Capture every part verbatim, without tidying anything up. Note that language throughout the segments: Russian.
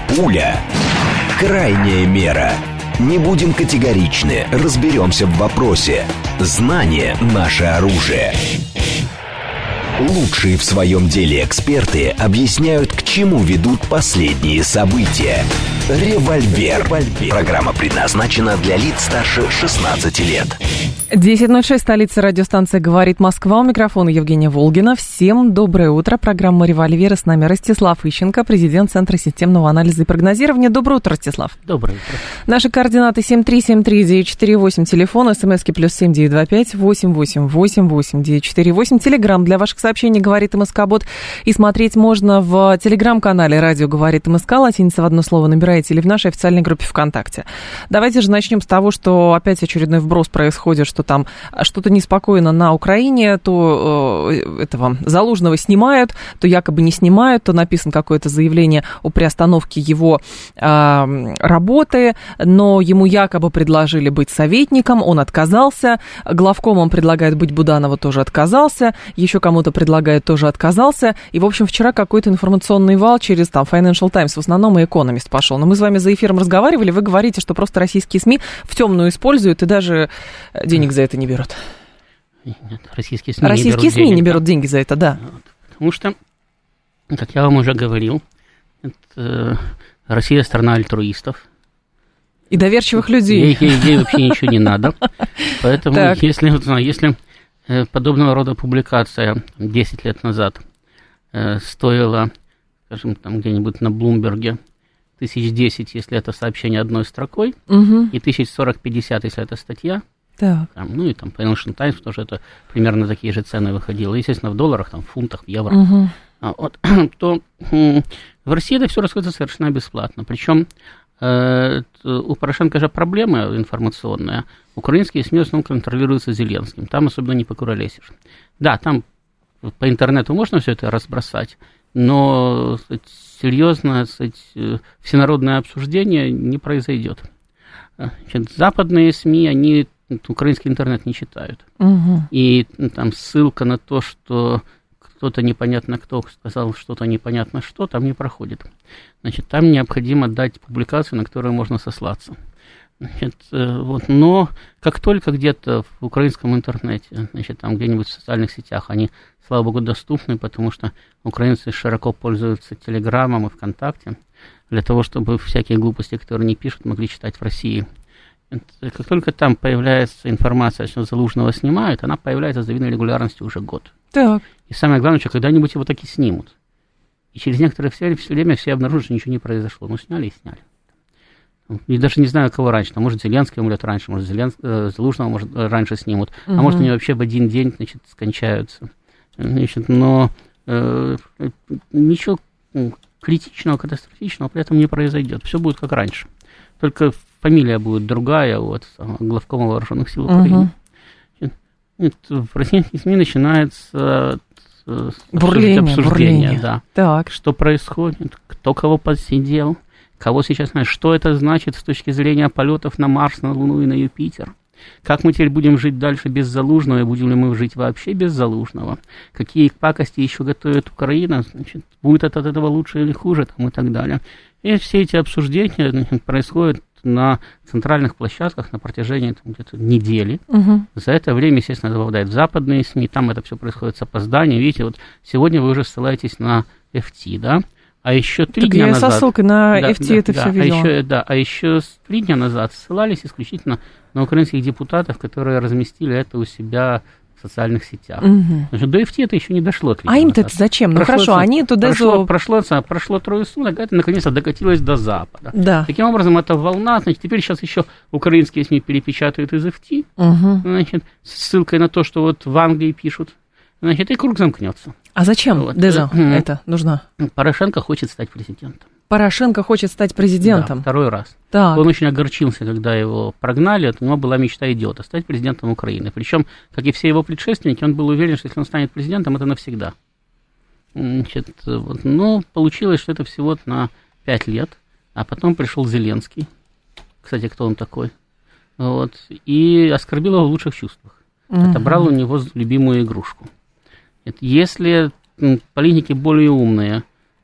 Пуля. Крайняя мера. Не будем категоричны, разберемся в вопросе. Знание – наше оружие. Лучшие в своем деле эксперты объясняют, к чему ведут последние события. Револьвер. Программа предназначена для лиц старше шестнадцати лет. десять ноль шесть, столица, радиостанция «Говорит Москва». У микрофона Евгения Волгина. Всем доброе утро. Программа «Револьвер». С нами Ростислав Ищенко, президент Центра системного анализа и прогнозирования. Доброе утро, Ростислав. Доброе утро. Наши координаты семь три семь три девять четыре восемь, телефон, смски плюс семь девять два пять восемь восемь восемь восемь девять четыре восемь, телеграмм для ваших сообщений «Говорит МСК-бот». И смотреть можно в телеграм-канале «Радио Говорит МСК», латиница в одно слово набираете, или в нашей официальной группе ВКонтакте. Давайте же начнем с того, что опять очередной вброс происходит, что там что-то неспокойно на Украине, то э, этого Залужного снимают, то якобы не снимают, то написано какое-то заявление о приостановке его э, работы, но ему якобы предложили быть советником, он отказался, главкомом предлагают быть Буданова, тоже отказался, еще кому-то предлагают, тоже отказался, и, в общем, вчера какой-то информационный вал через там Financial Times в основном и Economist пошел. Но мы с вами за эфиром разговаривали, вы говорите, что просто российские СМИ в темную используют и даже денег за это не берут. Нет, российские СМИ, российские не, берут СМИ денег, не берут деньги за это, да. Вот. Потому что, как я вам уже говорил, это, Россия страна альтруистов. И доверчивых людей. Ей, ей, ей вообще ничего не надо. Поэтому, если, если подобного рода публикация десять лет назад стоила, скажем, там где-нибудь на Блумберге тысяч десять, если это сообщение одной строкой, угу. и тысяч сорок-пятьдесят, если это статья, там, ну и там Financial Times тоже это примерно такие же цены выходило, естественно, в долларах, там, в фунтах, в евро, угу. а, вот, то м- в России это все расходится совершенно бесплатно. Причем э, у Порошенко же проблема информационная. Украинские СМИ в основном контролируются Зеленским, там особенно не покуролесишь. Да, там по интернету можно все это разбросать, но сказать, серьезно сказать, всенародное обсуждение не произойдет. Значит, западные СМИ, они украинский интернет не читают. Угу. И там ссылка на то, что кто-то непонятно кто сказал что-то непонятно что, там не проходит. Значит, там необходимо дать публикацию, на которую можно сослаться. Значит, вот, но как только где-то в украинском интернете, значит, там где-нибудь в социальных сетях, они, слава богу, доступны, потому что украинцы широко пользуются Телеграмом и ВКонтакте, для того, чтобы всякие глупости, которые они пишут, могли читать в России. Это, как только там появляется информация, что Залужного снимают, она появляется с завидной регулярностью уже год. Так. И самое главное, что когда-нибудь его таки снимут. И через некоторое время все обнаружат, что ничего не произошло. Ну, сняли и сняли. И даже не знаю, кого раньше. Там, может, Зеленский умрет раньше, может, Зеленск... Залужного может, раньше снимут, угу. а может, они вообще в один день, значит, скончаются. Значит, но э, ничего критичного, катастрофичного при этом не произойдет. Все будет как раньше. Только фамилия будет другая от главкома вооруженных сил Украины. Угу. Нет, в российских СМИ начинается бурление, обсуждение, бурление. Да. Так. Что происходит, кто кого подсидел, кого сейчас знает, что это значит с точки зрения полетов на Марс, на Луну и на Юпитер. Как мы теперь будем жить дальше без Залужного, и будем ли мы жить вообще без Залужного? Какие пакости еще готовит Украина? Значит, будет от этого лучше или хуже, там, и так далее. И все эти обсуждения, значит, происходят на центральных площадках на протяжении там, где-то недели. Угу. За это время, естественно, это попадает в западные СМИ, там это все происходит с опозданием. Видите, вот сегодня вы уже ссылаетесь на эф ти, да? А еще три так дня я назад... со ссылкой на да, эф ти да, это да, все видела. А еще, да, а еще три дня назад ссылались исключительно на украинских депутатов, которые разместили это у себя в социальных сетях. Угу. Значит, до эф ти это еще не дошло. А им-то это зачем? Ну хорошо, прошло, они туда... Прошло, прошло, прошло, прошло трое суток, это наконец-то докатилось до Запада. Да. Таким образом, это волна, значит, теперь сейчас еще украинские СМИ перепечатают из эф ти, угу. значит, с ссылкой на то, что вот в Англии пишут, значит, и круг замкнется. А зачем, вот. Деза, mm-hmm. это нужно? Порошенко хочет стать президентом. Порошенко хочет стать президентом? Да, второй раз. Так. Он очень огорчился, когда его прогнали, у него была мечта идиота стать президентом Украины. Причем, как и все его предшественники, он был уверен, что если он станет президентом, это навсегда. Значит, вот, но получилось, что это всего на пять лет, а потом пришел Зеленский. Кстати, кто он такой? Вот, и оскорбил его в лучших чувствах. Mm-hmm. Отобрал у него любимую игрушку. Если политики более умные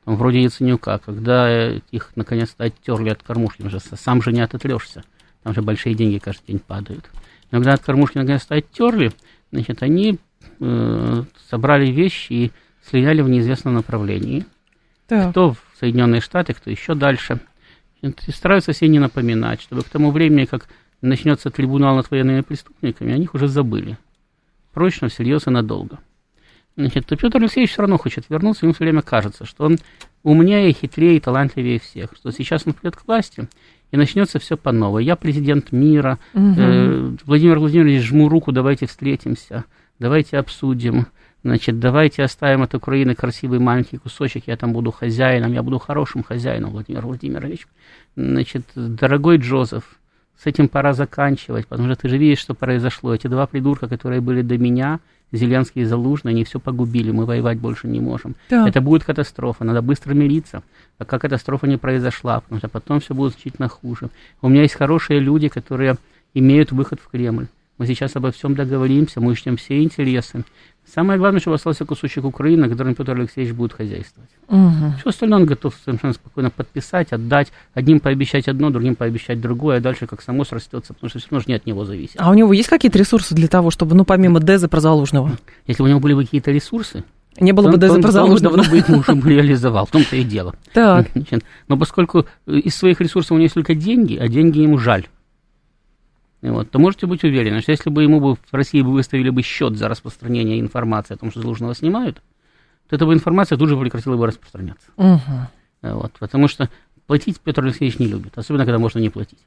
там, вроде Яценюка, когда их наконец-то оттерли от кормушки, уже сам же не ототрешься, там же большие деньги каждый день падают. Но когда от кормушки наконец-то оттерли, значит, они э, собрали вещи и слиняли в неизвестном направлении. Так. Кто в Соединенные Штаты, кто еще дальше. И стараются себе не напоминать, чтобы к тому времени, как начнется трибунал над военными преступниками, о них уже забыли. Прочно, всерьез и надолго. Значит, то Петр Алексеевич все равно хочет вернуться, ему все время кажется, что он умнее, хитрее и талантливее всех, что сейчас он придет к власти, и начнется все по новой. Я президент мира, угу. э, Владимир Владимирович, жму руку, давайте встретимся, давайте обсудим, значит, давайте оставим от Украины красивый маленький кусочек, я там буду хозяином, я буду хорошим хозяином, Владимир Владимирович. Значит, дорогой Джозеф, с этим пора заканчивать, потому что ты же видишь, что произошло. Эти два придурка, которые были до меня, Зеленский и Залужный, они все погубили, мы воевать больше не можем. Да. Это будет катастрофа, надо быстро мириться, пока катастрофа не произошла, потому что потом все будет значительно хуже. У меня есть хорошие люди, которые имеют выход в Кремль. Мы сейчас обо всем договоримся, мы учтем все интересы. Самое главное, чтобы остался кусочек Украины, на котором Петр Алексеевич будет хозяйствовать. Угу. Все остальное он готов совершенно спокойно подписать, отдать, одним пообещать одно, другим пообещать другое, а дальше как само срастется, потому что все равно же не от него зависит. А у него есть какие-то ресурсы для того, чтобы, ну, помимо Дезы про Залужного? Если бы у него были какие-то ресурсы, не было бы Дезы про Залужного, он бы их уже реализовал, в том-то и дело. Так. Но поскольку из своих ресурсов у него есть только деньги, а деньги ему жаль, вот, то можете быть уверены, что если бы ему бы в России бы выставили бы счет за распространение информации о том, что Залужного снимают, то эта бы информация тут же прекратила бы распространяться. Угу. Вот, потому что платить Петр Алексеевич не любит, особенно когда можно не платить.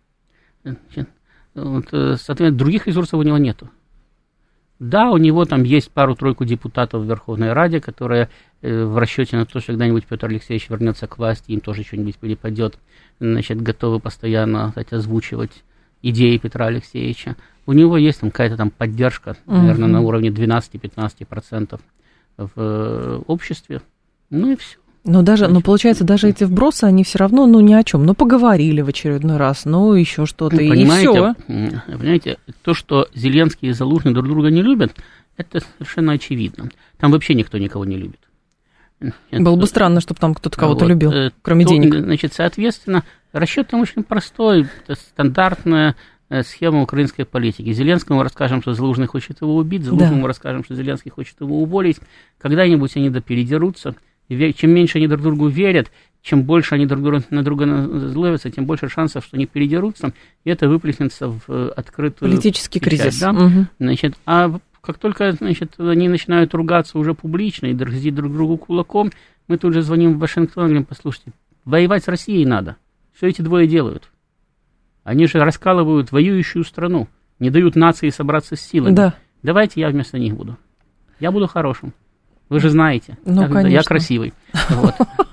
Вот, соответственно, других ресурсов у него нету. Да, у него там есть пару-тройку депутатов в Верховной Раде, которые э, в расчете на то, что когда-нибудь Петр Алексеевич вернется к власти, им тоже что-нибудь перепадет, значит, готовы постоянно, кстати, озвучивать идеи Петра Алексеевича. У него есть там какая-то там поддержка, наверное, uh-huh. на уровне двенадцать-пятнадцать процентов в э, обществе. Ну и все. Но даже, ну, получается, даже эти вбросы, они все равно, ну, ни о чем. Ну, поговорили в очередной раз, ну, еще что-то, ну, и все. Понимаете, то, что Зеленский и Залужный друг друга не любят, это совершенно очевидно. Там вообще никто никого не любит. Это, Было бы странно, чтобы там кто-то кого-то вот, любил, э, кроме то, денег. Значит, соответственно, расчет там очень простой, это стандартная схема украинской политики. Зеленскому расскажем, что Залужный хочет его убить, Залужному да. расскажем, что Зеленский хочет его уволить. Когда-нибудь они допередерутся. Чем меньше они друг другу верят, чем больше они друг друга, на друга зловятся, тем больше шансов, что они передерутся, и это выплеснется в открытую... Политический печать, кризис. Да? Угу. Значит, а как только, значит, они начинают ругаться уже публично и грозить друг другу кулаком, мы тут же звоним в Вашингтон и говорим: послушайте, воевать с Россией надо. Что эти двое делают? Они же раскалывают воюющую страну, не дают нации собраться с силами. Да. Давайте я вместо них буду. Я буду хорошим. Вы же знаете, ну, я, я красивый. Вот.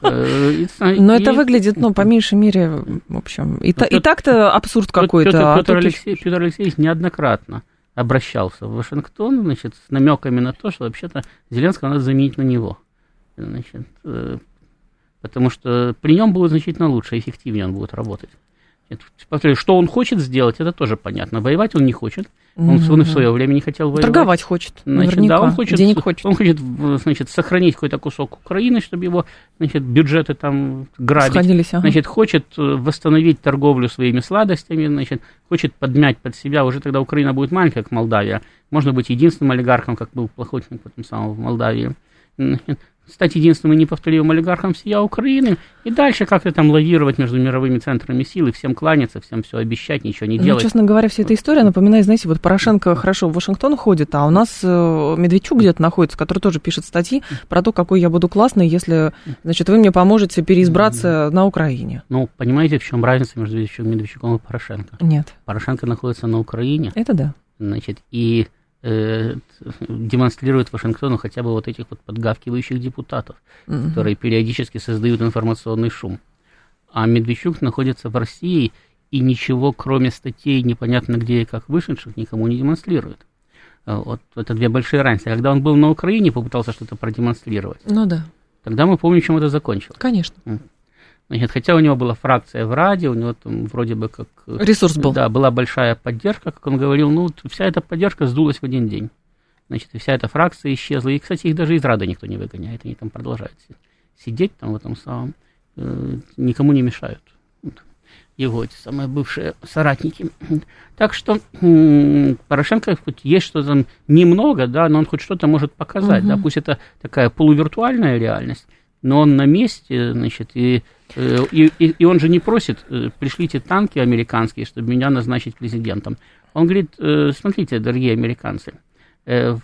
Но это выглядит, ну, по меньшей мере, в общем, и так-то абсурд какой-то. Петр Алексеевич неоднократно обращался в Вашингтон, значит, с намеками на то, что вообще-то Зеленского надо заменить на него. Значит, потому что при нем будет значительно лучше, эффективнее он будет работать. Повторяю, что он хочет сделать, это тоже понятно. Воевать он не хочет. Он, mm-hmm. он и в свое время не хотел воевать. Торговать хочет, значит, наверняка. Да, он хочет, денег хочет. Он хочет, значит, сохранить какой-то кусок Украины, чтобы его, значит, бюджеты там грабить. Сходились, ага. Значит, хочет восстановить торговлю своими сладостями, значит, хочет подмять под себя. Уже тогда Украина будет маленькая, как Молдавия. Можно быть единственным олигархом, как был Плохотник потом самого в Молдавии. Значит, стать единственным и неповторимым олигархом всей Украины, и дальше как-то там лавировать между мировыми центрами силы, всем кланяться, всем все обещать, ничего не делать. Ну, честно говоря, вся эта история напоминает, знаете, вот Порошенко хорошо в Вашингтон ходит, а у нас Медведчук где-то находится, который тоже пишет статьи про то, какой я буду классный, если, значит, вы мне поможете переизбраться на Украине. Ну, понимаете, в чем разница между Медведчуком и Порошенко? Нет. Порошенко находится на Украине. Это да. Значит, и демонстрирует Вашингтону хотя бы вот этих вот подгавкивающих депутатов, mm-hmm. которые периодически создают информационный шум. А Медведчук находится в России и ничего, кроме статей непонятно где и как вышедших, никому не демонстрирует. Вот это две большие разницы. Когда он был на Украине, попытался что-то продемонстрировать. Ну да. Тогда мы помним, чем это закончилось. Конечно. Значит, хотя у него была фракция в Раде, у него там вроде бы как... Ресурс был. Да, была большая поддержка, как он говорил, ну, вся эта поддержка сдулась в один день. Значит, и вся эта фракция исчезла. И, кстати, их даже из Рады никто не выгоняет, они там продолжают сидеть там в этом самом, э, никому не мешают. Вот. Его эти самые бывшие соратники. Так что м- Порошенко хоть есть что-то там немного, да, но он хоть что-то может показать, угу. да, пусть это такая полувиртуальная реальность, но он на месте, значит, и, и, и, и он же не просит, пришлите танки американские, чтобы меня назначить президентом. Он говорит, смотрите, дорогие американцы, в,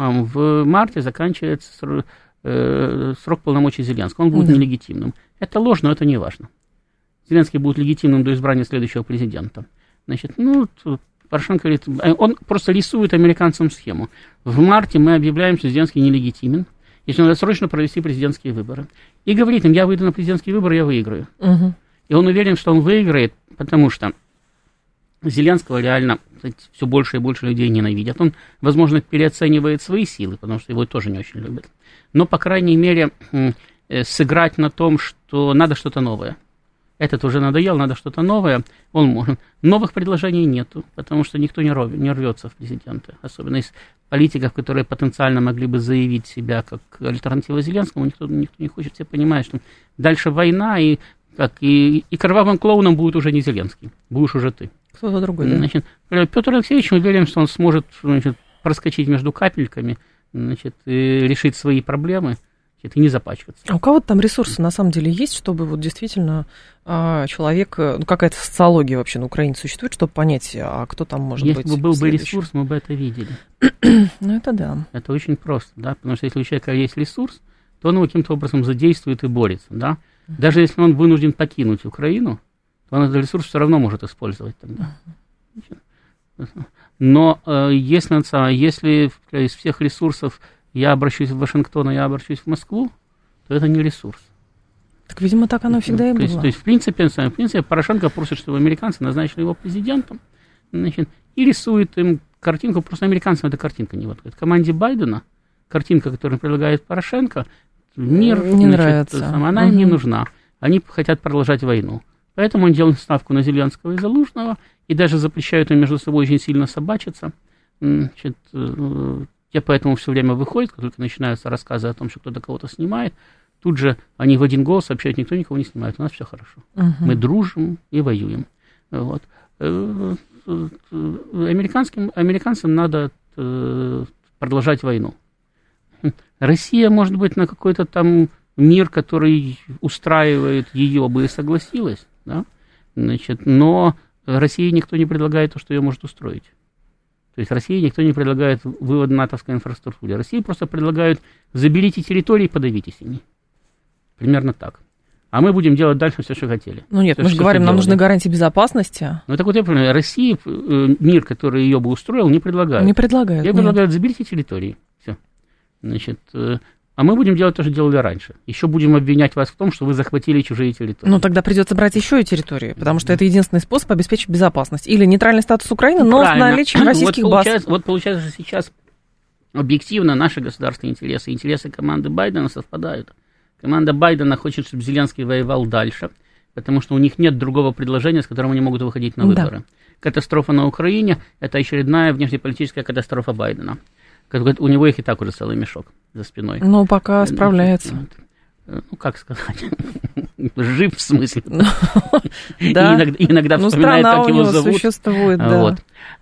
в марте заканчивается срок, срок полномочий Зеленского, он будет да. нелегитимным. Это ложь, но это не важно. Зеленский будет легитимным до избрания следующего президента. Значит, ну, Порошенко говорит, он просто рисует американцам схему. В марте мы объявляем, что Зеленский нелегитимен, если надо срочно провести президентские выборы. И говорит им, я выйду на президентские выборы, я выиграю. Угу. И он уверен, что он выиграет, потому что Зеленского реально, кстати, все больше и больше людей ненавидят. Он, возможно, переоценивает свои силы, потому что его тоже не очень любят. Но, по крайней мере, сыграть на том, что надо что-то новое. Этот уже надоел, надо что-то новое, он может. Новых предложений нету, потому что никто не, ров, не рвется в президенты. Особенно из политиков, которые потенциально могли бы заявить себя как альтернатива Зеленскому, никто, никто не хочет. Все понимают, что дальше война, и, как, и, и кровавым клоуном будет уже не Зеленский, будешь уже ты. Кто-то другой, да? Значит, Петр Алексеевич уверен, что он сможет, значит, проскочить между капельками, значит, и решить свои проблемы. И не запачкаться. А у кого-то там ресурсы на самом деле есть, чтобы вот действительно а, человек, ну какая-то социология вообще на Украине существует, чтобы понять, а кто там может если быть. Если бы был следующий? бы ресурс, мы бы это видели. Ну это да. Это очень просто, да, потому что если у человека есть ресурс, то он его каким-то образом задействует и борется, да. Uh-huh. Даже если он вынужден покинуть Украину, то он этот ресурс все равно может использовать тогда. Uh-huh. Но э, если, если из всех ресурсов я обращусь в Вашингтон, а я обращусь в Москву, то это не ресурс. Так, видимо, так оно всегда и то было. Есть, то есть, в принципе, в принципе, Порошенко просит, чтобы американцы назначили его президентом, значит, и рисует им картинку, просто американцам эта картинка не подходит. Команде Байдена картинка, которую предлагает Порошенко, мир, не значит, нравится. Сам, она угу. им не нужна. Они хотят продолжать войну. Поэтому он делает ставку на Зеленского и Залужного, и даже запрещают им между собой очень сильно собачиться. Значит, те поэтому все время выходят, как только начинаются рассказы о том, что кто-то кого-то снимает, тут же они в один голос сообщают, никто никого не снимает, у нас все хорошо. Uh-huh. Мы дружим и воюем. Вот. Американским, американцам надо продолжать войну. Россия, может быть, на какой-то там мир, который устраивает ее, бы и согласилась, да? Значит, но России никто не предлагает то, что ее может устроить. То есть России никто не предлагает вывод натовской инфраструктуры. России просто предлагают: заберите территории и подавитесь ими. Примерно так. А мы будем делать дальше все, что хотели. Ну нет, все, мы же говорим, нам нужны гарантии безопасности. Ну так вот я понимаю, России мир, который ее бы устроил, не предлагают. Не предлагают. Ей предлагают: заберите территории. Все. Значит, а мы будем делать то, что делали раньше. Еще будем обвинять вас в том, что вы захватили чужие территории. Ну, тогда придется брать еще и территории, потому что это единственный способ обеспечить безопасность. Или нейтральный статус Украины, но Правильно. С наличием российских вот баз. Вот получается, что сейчас объективно наши государственные интересы и интересы команды Байдена совпадают. Команда Байдена хочет, чтобы Зеленский воевал дальше, потому что у них нет другого предложения, с которым они могут выходить на выборы. Да. Катастрофа на Украине – это очередная внешнеполитическая катастрофа Байдена. У него их и так уже целый мешок за спиной. Ну, пока справляется. Ну, как сказать? Жив в смысле. Да. Иногда вспоминает, как его зовут. Существует, да.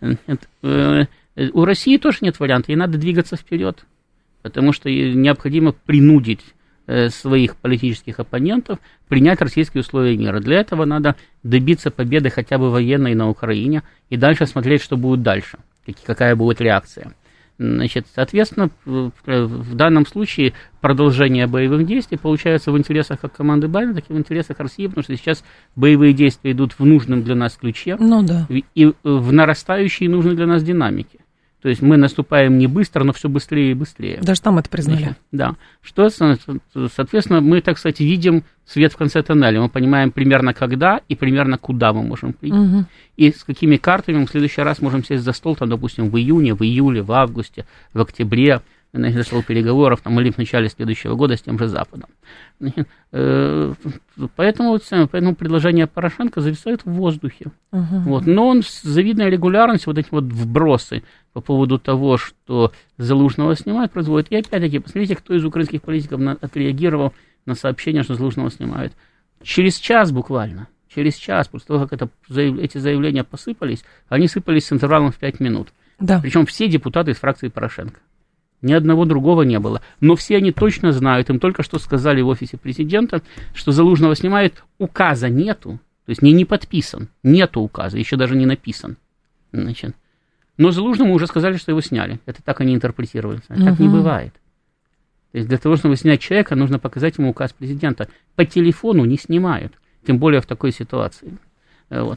У России тоже нет варианта, ей надо двигаться вперед, потому что необходимо принудить своих политических оппонентов принять российские условия мира. Для этого надо добиться победы хотя бы военной на Украине и дальше смотреть, что будет дальше, какая будет реакция. Значит, соответственно, в данном случае продолжение боевых действий получается в интересах как команды Байдена, так и в интересах России, потому что сейчас боевые действия идут в нужном для нас ключе, ну, да. и в нарастающей нужной для нас динамике. То есть мы наступаем не быстро, но все быстрее и быстрее. Даже там это признали. Значит, да. Что, соответственно, мы, так сказать, видим свет в конце тоннеля. Мы понимаем примерно когда и примерно куда мы можем прийти. Угу. И с какими картами мы в следующий раз можем сесть за стол, там, допустим, в июне, в июле, в августе, в октябре, за стол переговоров, там, или в начале следующего года с тем же Западом. Значит, э, поэтому, поэтому предложение Порошенко зависает в воздухе. Угу. Вот. Но он с завидной регулярностью вот эти вот вбросы по поводу того, что Залужного снимают, производит. И опять-таки, посмотрите, кто из украинских политиков на, отреагировал на сообщение, что Залужного снимают. Через час буквально, через час, после того, как это, эти заявления посыпались, они сыпались с интервалом в пять минут. Да. Причем все депутаты из фракции Порошенко. Ни одного другого не было. Но все они точно знают, им только что сказали в офисе президента, что Залужного снимают, указа нету, то есть не, не подписан, нету указа, еще даже не написан. Значит. Но Залужному уже сказали, что его сняли. Это так они интерпретировали. Так угу. не бывает. То есть для того, чтобы снять человека, нужно показать ему указ президента. По телефону не снимают, тем более в такой ситуации. Вот.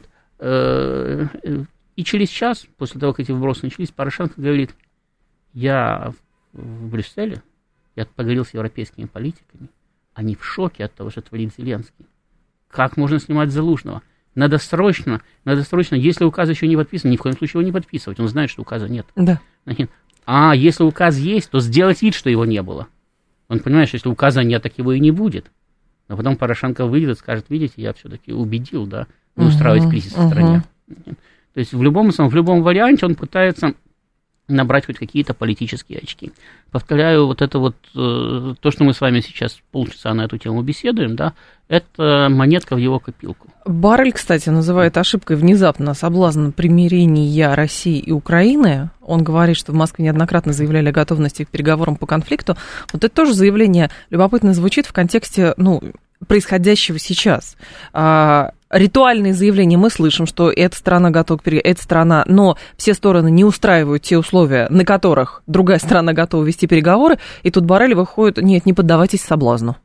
И через час, после того, как эти вбросы начались, Порошенко говорит, я в Брюсселе, я поговорил с европейскими политиками, они в шоке от того, что творит Зеленский. Как можно снимать Залужного? Надо срочно, надо срочно, если указ еще не подписан, ни в коем случае его не подписывать, он знает, что указа нет. Да. А если указ есть, то сделать вид, что его не было. Он понимает, что если указа нет, так его и не будет. Но потом Порошенко выйдет и скажет, видите, я все-таки убедил, да, не устраивать uh-huh, кризис uh-huh. в стране. То есть в любом, в любом варианте он пытается набрать хоть какие-то политические очки. Повторяю, вот это вот, э, то, что мы с вами сейчас полчаса на эту тему беседуем, да, это монетка в его копилку. Боррель, кстати, называет ошибкой внезапно соблазн примирения России и Украины. Он говорит, что в Москве неоднократно заявляли о готовности к переговорам по конфликту. Вот это тоже заявление любопытно звучит в контексте, ну, происходящего сейчас. А, ритуальные заявления мы слышим, что эта страна готова к переговорам, эта страна, но все стороны не устраивают те условия, на которых другая страна готова вести переговоры, и тут Боррель выходит, нет, не поддавайтесь соблазну.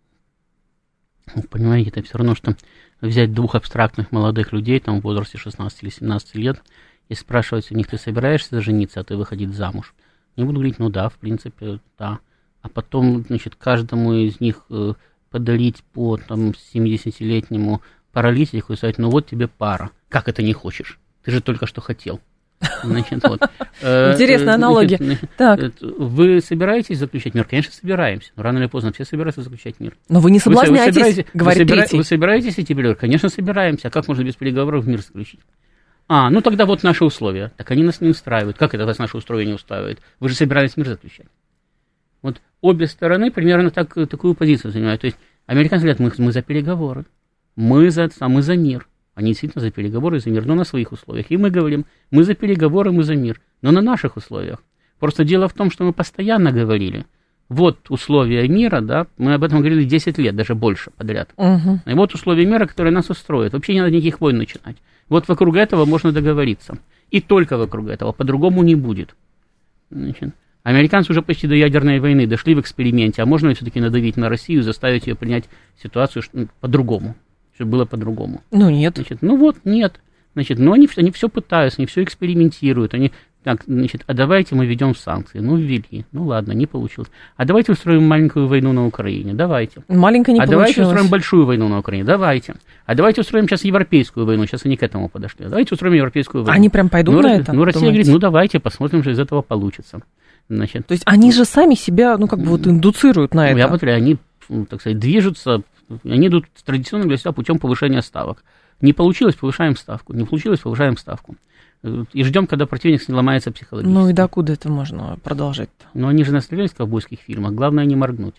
Понимаете, это все равно, что взять двух абстрактных молодых людей, там, в возрасте шестнадцати или семнадцати лет, и спрашивать у них, ты собираешься жениться, а ты выходить замуж? Они будут говорить, ну да, в принципе, да. А потом, значит, каждому из них подарить по там, семидесятилетнему паралитику и сказать, ну вот тебе пара. Как это не хочешь? Ты же только что хотел. Значит, вот. Интересная аналогия. Значит, так. Вы собираетесь заключать мир? Конечно, собираемся. Но рано или поздно все собираются заключать мир. Но вы не соблазняйтесь, вы, вы говорит вы третий. Вы собираетесь идти переговоры? Конечно, собираемся. А как можно без переговоров мир заключить? А, ну тогда вот наши условия. Так они нас не устраивают. Как это вас наши условия не устраивают? Вы же собирались мир заключать. Вот обе стороны примерно так, такую позицию занимают. То есть американцы говорят, мы, мы за переговоры, мы за, мы за мир. Они действительно за переговоры и за мир, но на своих условиях. И мы говорим, мы за переговоры, мы за мир, но на наших условиях. Просто дело в том, что мы постоянно говорили, вот условия мира, да, мы об этом говорили десять лет, даже больше подряд. Угу. И вот условия мира, которые нас устроят. Вообще не надо никаких войн начинать. Вот вокруг этого можно договориться. И только вокруг этого, по-другому не будет. Значит, американцы уже почти до ядерной войны дошли в эксперименте, а можно все-таки надавить на Россию, заставить ее принять ситуацию по-другому, чтобы было по-другому. Ну, нет. Значит, ну вот, нет. Значит, но они, они все пытаются, они все экспериментируют, они, так, значит, а давайте мы введем санкции. Ну, ввели, ну ладно, не получилось. А давайте устроим маленькую войну на Украине, давайте. Маленькая не а получилось. Давайте устроим большую войну на Украине, давайте. А давайте устроим сейчас европейскую войну, сейчас они к этому подошли. Давайте устроим европейскую войну. Они прям пойдут ну, на Россия, это? Ну, Россия думаете? говорит, ну давайте, посмотрим, что из этого получится. Значит, то есть они же сами себя, ну, как бы вот индуцируют на это. Я повторяю, они, так сказать, движутся, они идут традиционно для себя путем повышения ставок. Не получилось, повышаем ставку. Не получилось, повышаем ставку. И ждем, когда противник не ломается психологически. Ну и докуда это можно продолжать-то? Ну они же настрелялись в ковбойских фильмах, главное не моргнуть.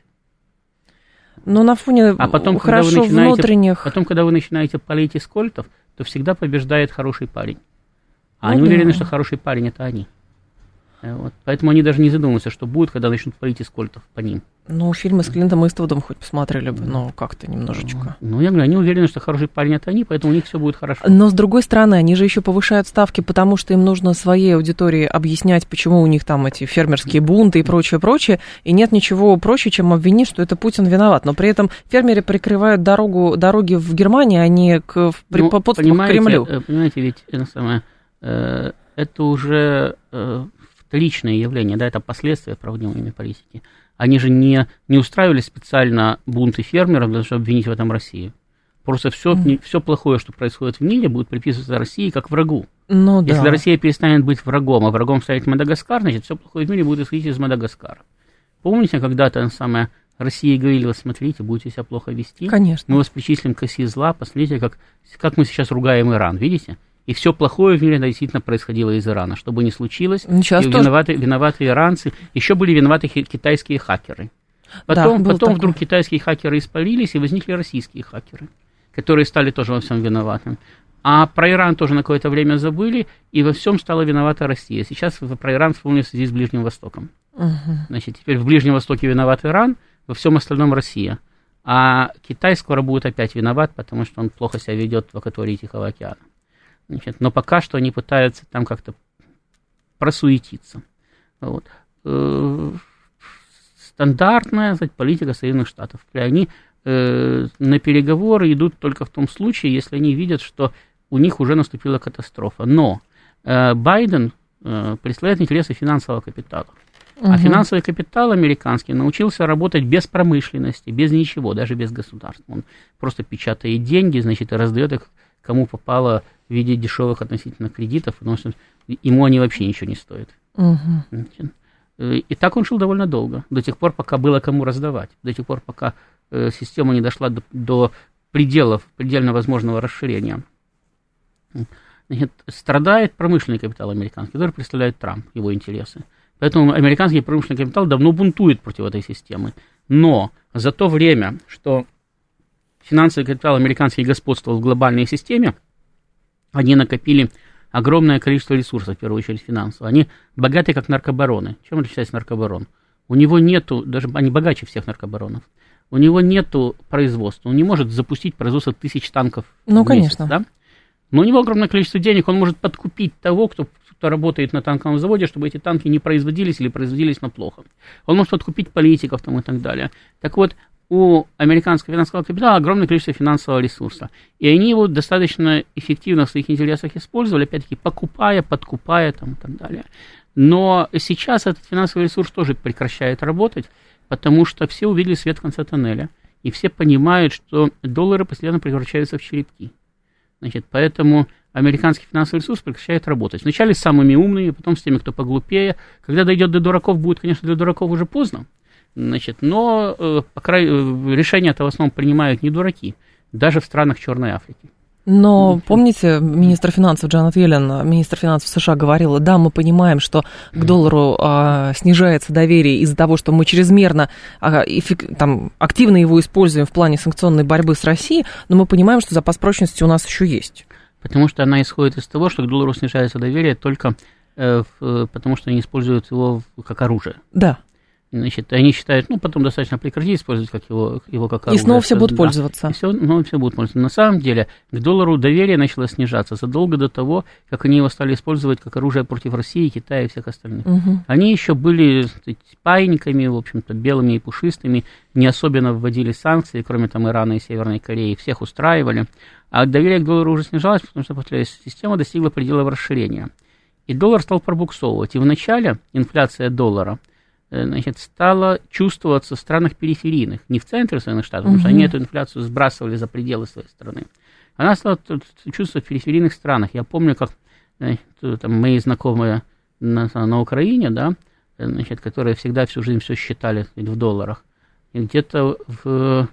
Но на фоне а потом, хорошо когда вы начинаете, внутренних... Потом, когда вы начинаете палить из кольтов, то всегда побеждает хороший парень. А ну, они да. уверены, что хороший парень – это они. Вот. Поэтому они даже не задумываются, что будет, когда начнут палить из кольтов по ним. Ну, фильмы с Клинтом Иствудом хоть посмотрели бы, но как-то немножечко. Ну, я говорю, они уверены, что хороший парень – это они, поэтому у них все будет хорошо. Но, с другой стороны, они же еще повышают ставки, потому что им нужно своей аудитории объяснять, почему у них там эти фермерские бунты и прочее, прочее, и нет ничего проще, чем обвинить, что это Путин виноват. Но при этом фермеры прикрывают дорогу, дороги в Германии, а не к, в, ну, по подступу к Кремлю. Понимаете, ведь это, самое, э, это уже э, вторичное явление, да, это последствия проводимой политики. Они же не, не устраивали специально бунты фермеров, для того, чтобы обвинить в этом Россию. Просто все, mm. все плохое, что происходит в мире, будет приписываться России как врагу. Ну, Если да. Россия перестанет быть врагом, а врагом станет Мадагаскар, значит, все плохое в мире будет исходить из Мадагаскара. Помните, когда-то самое, Россия говорили, вот смотрите, будете себя плохо вести, конечно. Мы вас причислим к оси зла, посмотрите, как, как мы сейчас ругаем Иран, видите? И все плохое в мире действительно происходило из Ирана. Что бы ни случилось, виноваты, виноваты иранцы, еще были виноваты китайские хакеры. Потом, да, потом вдруг китайские хакеры испарились, и возникли российские хакеры, которые стали тоже во всем виноватыми. А про Иран тоже на какое-то время забыли, и во всем стала виновата Россия. Сейчас про Иран вспомнили в связи с Ближним Востоком. Угу. Значит, теперь в Ближнем Востоке виноват Иран, во всем остальном Россия. А Китай скоро будет опять виноват, потому что он плохо себя ведет в акватории Тихого океана. Значит, но пока что они пытаются там как-то просуетиться. Вот. Стандартная, сказать, политика Соединенных Штатов. Они э, на переговоры идут только в том случае, если они видят, что у них уже наступила катастрофа. Но э, Байден э, представляет интересы финансового капитала. Угу. А финансовый капитал американский научился работать без промышленности, без ничего, даже без государства. Он просто печатает деньги, значит, и раздает их кому попало в виде дешевых относительно кредитов, потому что ему они вообще ничего не стоят. Угу. И так он жил довольно долго, до тех пор, пока было кому раздавать, до тех пор, пока э, система не дошла до, до пределов, предельно возможного расширения. Значит, страдает промышленный капитал американский, который представляет Трамп, его интересы. Поэтому американский промышленный капитал давно бунтует против этой системы. Но за то время, что финансовый капитал американский господствовал в глобальной системе, они накопили огромное количество ресурсов, в первую очередь финансовых. Они богаты, как наркобароны. Чем отличается наркобарон? У него нету, даже они богаче всех наркобаронов, у него нету производства, он не может запустить производство тысяч танков ну, в месяц. Конечно. Да? Но у него огромное количество денег, он может подкупить того, кто, кто работает на танковом заводе, чтобы эти танки не производились или производились, но плохо. Он может подкупить политиков там, и так далее. Так вот, у американского финансового капитала огромное количество финансового ресурса. И они его достаточно эффективно в своих интересах использовали, опять-таки, покупая, подкупая там, и так далее. Но сейчас этот финансовый ресурс тоже прекращает работать, потому что все увидели свет в конце тоннеля. И все понимают, что доллары постоянно превращаются в черепки. Значит, поэтому американский финансовый ресурс прекращает работать. Вначале с самыми умными, потом с теми, кто поглупее. Когда дойдет до дураков, будет, конечно, для дураков уже поздно. Значит, но э, по крайней, решения-то в основном принимают не дураки, даже в странах Черной Африки. Но помните, министр финансов Джанет Йеллен, министр финансов США, говорила, да, мы понимаем, что к доллару а, снижается доверие из-за того, что мы чрезмерно а, эффек, там, активно его используем в плане санкционной борьбы с Россией, но мы понимаем, что запас прочности у нас еще есть. Потому что она исходит из того, что к доллару снижается доверие только э, в, потому, что они используют его как оружие. Да. Значит, они считают, ну, потом достаточно прекратить использовать как его, его как оружие. И снова все будут да. пользоваться. И все, ну, все будут пользоваться. На самом деле, к доллару доверие начало снижаться задолго до того, как они его стали использовать как оружие против России, Китая и всех остальных. Угу. Они еще были сказать, паиньками, в общем-то, белыми и пушистыми, не особенно вводили санкции, кроме там Ирана и Северной Кореи, всех устраивали. А доверие к доллару уже снижалось, потому что, повторяюсь, система достигла пределов расширения. И доллар стал пробуксовывать. И вначале инфляция доллара, значит, стало чувствоваться в странах периферийных, не в центре Соединенных Штатов, потому что они эту инфляцию сбрасывали за пределы своей страны. Она стала чувствовать в периферийных странах. Я помню, как значит, там, мои знакомые на, на Украине, да, значит, которые всегда всю жизнь все считали сказать, в долларах, и где-то в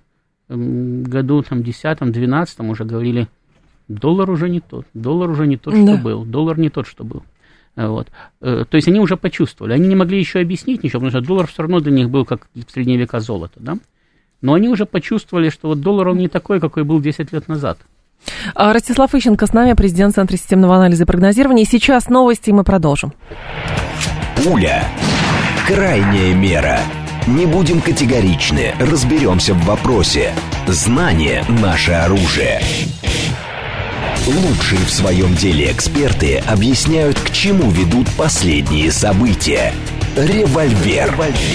году там, десятом-двенадцатом уже говорили, доллар уже не тот, доллар уже не тот, что да. был, доллар не тот, что был. Вот. То есть они уже почувствовали. Они не могли еще объяснить ничего, потому что доллар все равно для них был как в средние века золото, да? Но они уже почувствовали, что вот доллар он не такой, какой был десять лет назад. Ростислав Ищенко с нами, президент Центра системного анализа и прогнозирования. Сейчас новости, и мы продолжим. Пуля. Крайняя мера. Не будем категоричны, разберемся в вопросе. Знание – наше оружие. Лучшие в своем деле эксперты объясняют, к чему ведут последние события. Револьвер.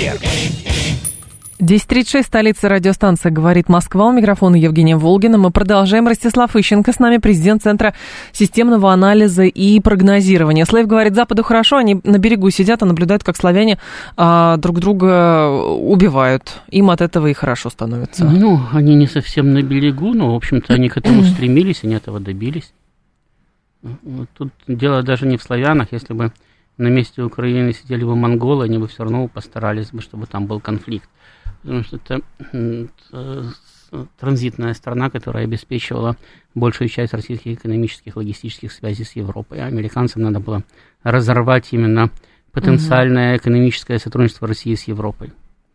десять тридцать шесть, столица, радиостанция «Говорит Москва». У микрофона Евгения Волгина. Мы продолжаем. Ростислав Ищенко с нами, президент Центра системного анализа и прогнозирования. Слейв говорит, Западу хорошо, они на берегу сидят и наблюдают, как славяне а, друг друга убивают. Им от этого и хорошо становится. Ну, они не совсем на берегу, но, в общем-то, они к этому стремились, они этого добились. Тут дело даже не в славянах. Если бы на месте Украины сидели бы монголы, они бы все равно постарались бы, чтобы там был конфликт. Потому что это транзитная страна, которая обеспечивала большую часть российских экономических, логистических связей с Европой. А американцам надо было разорвать именно потенциальное экономическое сотрудничество России с Европой.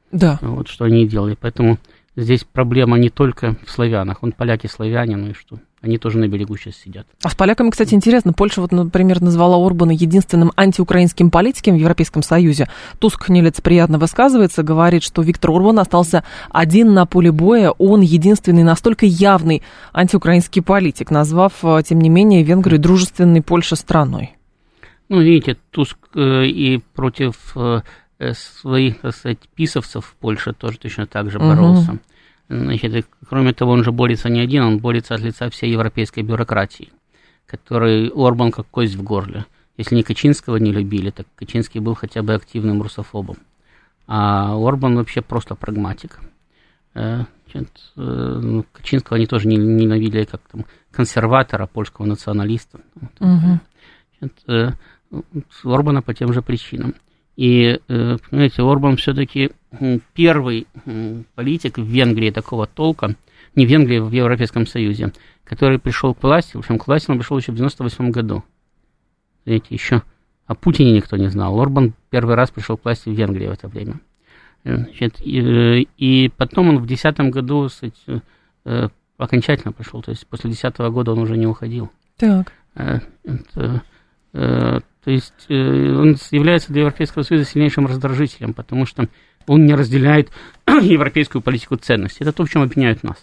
Да. Вот что они делали. Поэтому здесь проблема не только в славянах. Он поляки, славяне, ну и что? Они тоже на берегу сейчас сидят. А с поляками, кстати, интересно. Польша, вот, например, назвала Орбана единственным антиукраинским политиком в Европейском Союзе. Туск нелицеприятно высказывается, говорит, что Виктор Орбан остался один на поле боя. Он единственный настолько явный антиукраинский политик, назвав, тем не менее, Венгрию дружественной Польше страной. Ну, видите, Туск э, и против э, своих, так сказать, писовцев в Польше тоже точно так же боролся. Угу. Значит, кроме того, он же борется не один, он борется от лица всей европейской бюрократии, который Орбан как кость в горле. Если не Качинского не любили, так Качинский был хотя бы активным русофобом. А Орбан вообще просто прагматик. Значит, Качинского они тоже ненавидели как там консерватора, польского националиста. Угу. Значит, Орбана по тем же причинам. И, понимаете, Орбан все-таки первый политик в Венгрии такого толка, не в Венгрии, в Европейском Союзе, который пришел к власти, в общем, к власти он пришел еще в девяносто восьмом году. Знаете, еще о Путине никто не знал. Орбан первый раз пришел к власти в Венгрии в это время. Значит, и, и потом он в десятом году, кстати, окончательно пришел, то есть после десятого года он уже не уходил. Так. Это, то есть он является для Европейского Союза сильнейшим раздражителем, потому что он не разделяет европейскую политику ценностей. Это то, в чем обвиняют нас.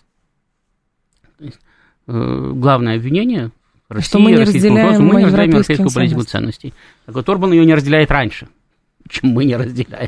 То есть, главное обвинение России, что мы не разделяем, мы не разделяем европейскую политику ценностей. Так вот, Орбан ее не разделяет раньше, чем мы не разделяем.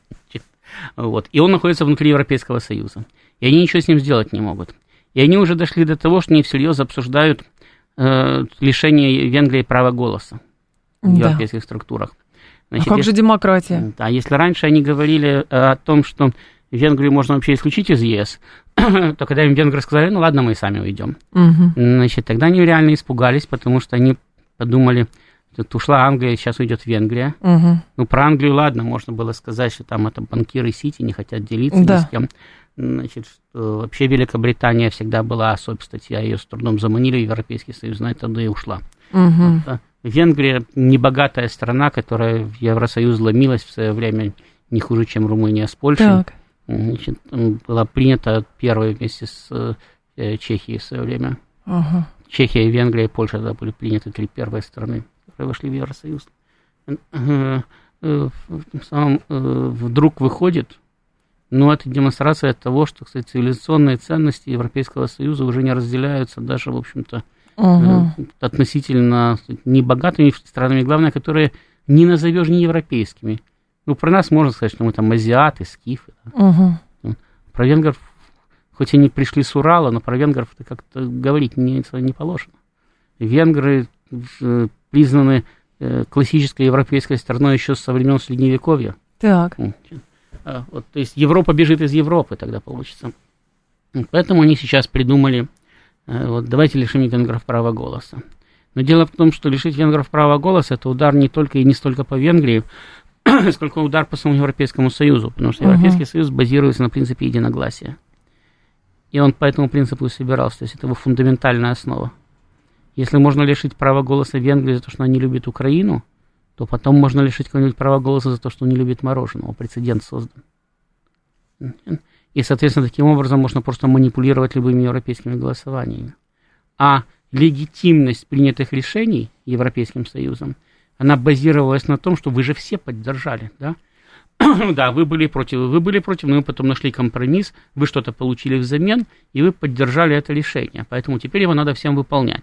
Вот. И он находится внутри Европейского Союза. И они ничего с ним сделать не могут. И они уже дошли до того, что они всерьез обсуждают э, лишение Венгрии права голоса в да. европейских структурах. Значит, а как если, же демократия? Да, если раньше они говорили о том, что Венгрию можно вообще исключить из ЕС, то когда им венгры сказали, ну ладно, мы и сами уйдем, угу. значит, тогда они реально испугались, потому что они подумали, что ушла Англия, сейчас уйдет Венгрия. Угу. Ну, про Англию, ладно, можно было сказать, что там это банкиры Сити не хотят делиться да. ни с кем. Значит, что вообще Великобритания всегда была особь статья, ее с трудом заманили в Европейский Союз, на это и ушла. Угу. Вот, Венгрия небогатая страна, которая в Евросоюз ломилась в свое время не хуже, чем Румыния с Польшей. Так. Значит, была принята первой вместе с э, Чехией в свое время. Uh-huh. Чехия, Венгрия и Польша да, были приняты три первые страны, которые вошли в Евросоюз. Э, э, самом, э, вдруг выходит, но это демонстрация того, что, кстати, цивилизационные ценности Европейского Союза уже не разделяются даже, в общем-то, uh-huh. э, относительно небогатыми странами, главное, которые не назовешь не европейскими. Ну, про нас можно сказать, что мы там азиаты, скифы. Угу. Про венгров, хоть и не пришли с Урала, но про венгров как-то говорить не, не положено. Венгры признаны классической европейской страной еще со времен Средневековья. Так. Вот, то есть Европа бежит из Европы, тогда получится. Поэтому они сейчас придумали, вот давайте лишим венгров права голоса. Но дело в том, что лишить венгров права голоса – это удар не только и не столько по Венгрии, сколько удар по самому Европейскому Союзу, потому что uh-huh. Европейский Союз базируется на принципе единогласия. И он по этому принципу и собирался, то есть это его фундаментальная основа. Если можно лишить права голоса Венгрии за то, что она не любит Украину, то потом можно лишить кого-нибудь права голоса за то, что он не любит мороженого. Прецедент создан. И, соответственно, таким образом можно просто манипулировать любыми европейскими голосованиями. А легитимность принятых решений Европейским Союзом, она базировалась на том, что вы же все поддержали, да? Да, вы были против, вы были против, но мы потом нашли компромисс, вы что-то получили взамен, и вы поддержали это решение, поэтому теперь его надо всем выполнять.